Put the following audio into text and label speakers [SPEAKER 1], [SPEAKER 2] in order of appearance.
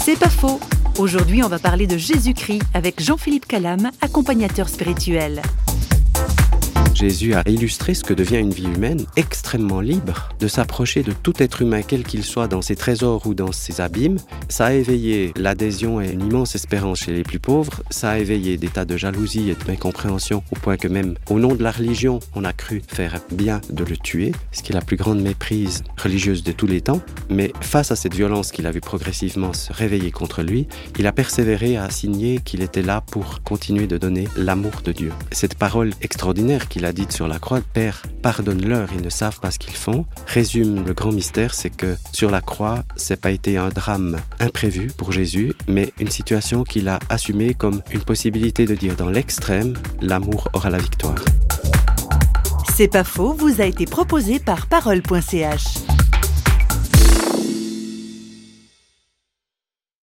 [SPEAKER 1] C'est pas faux. Aujourd'hui, on va parler de Jésus-Christ avec Jean-Philippe Calam, accompagnateur spirituel.
[SPEAKER 2] Jésus a illustré ce que devient une vie humaine extrêmement libre de s'approcher de tout être humain, quel qu'il soit, dans ses trésors ou dans ses abîmes. Ça a éveillé l'adhésion et une immense espérance chez les plus pauvres. Ça a éveillé des tas de jalousie et de mécompréhension au point que même au nom de la religion, on a cru faire bien de le tuer, ce qui est la plus grande méprise religieuse de tous les temps. Mais face à cette violence qu'il a vu progressivement se réveiller contre lui, il a persévéré à signer qu'il était là pour continuer de donner l'amour de Dieu. Cette parole extraordinaire qu'il a dite sur la croix, « Père, pardonne-leur, ils ne savent pas ce qu'ils font », résume le grand mystère, c'est que sur la croix, c'est pas été un drame imprévu pour Jésus, mais une situation qu'il a assumée comme une possibilité de dire dans l'extrême, l'amour aura la victoire.
[SPEAKER 1] C'est pas faux, vous a été proposé par parole.ch.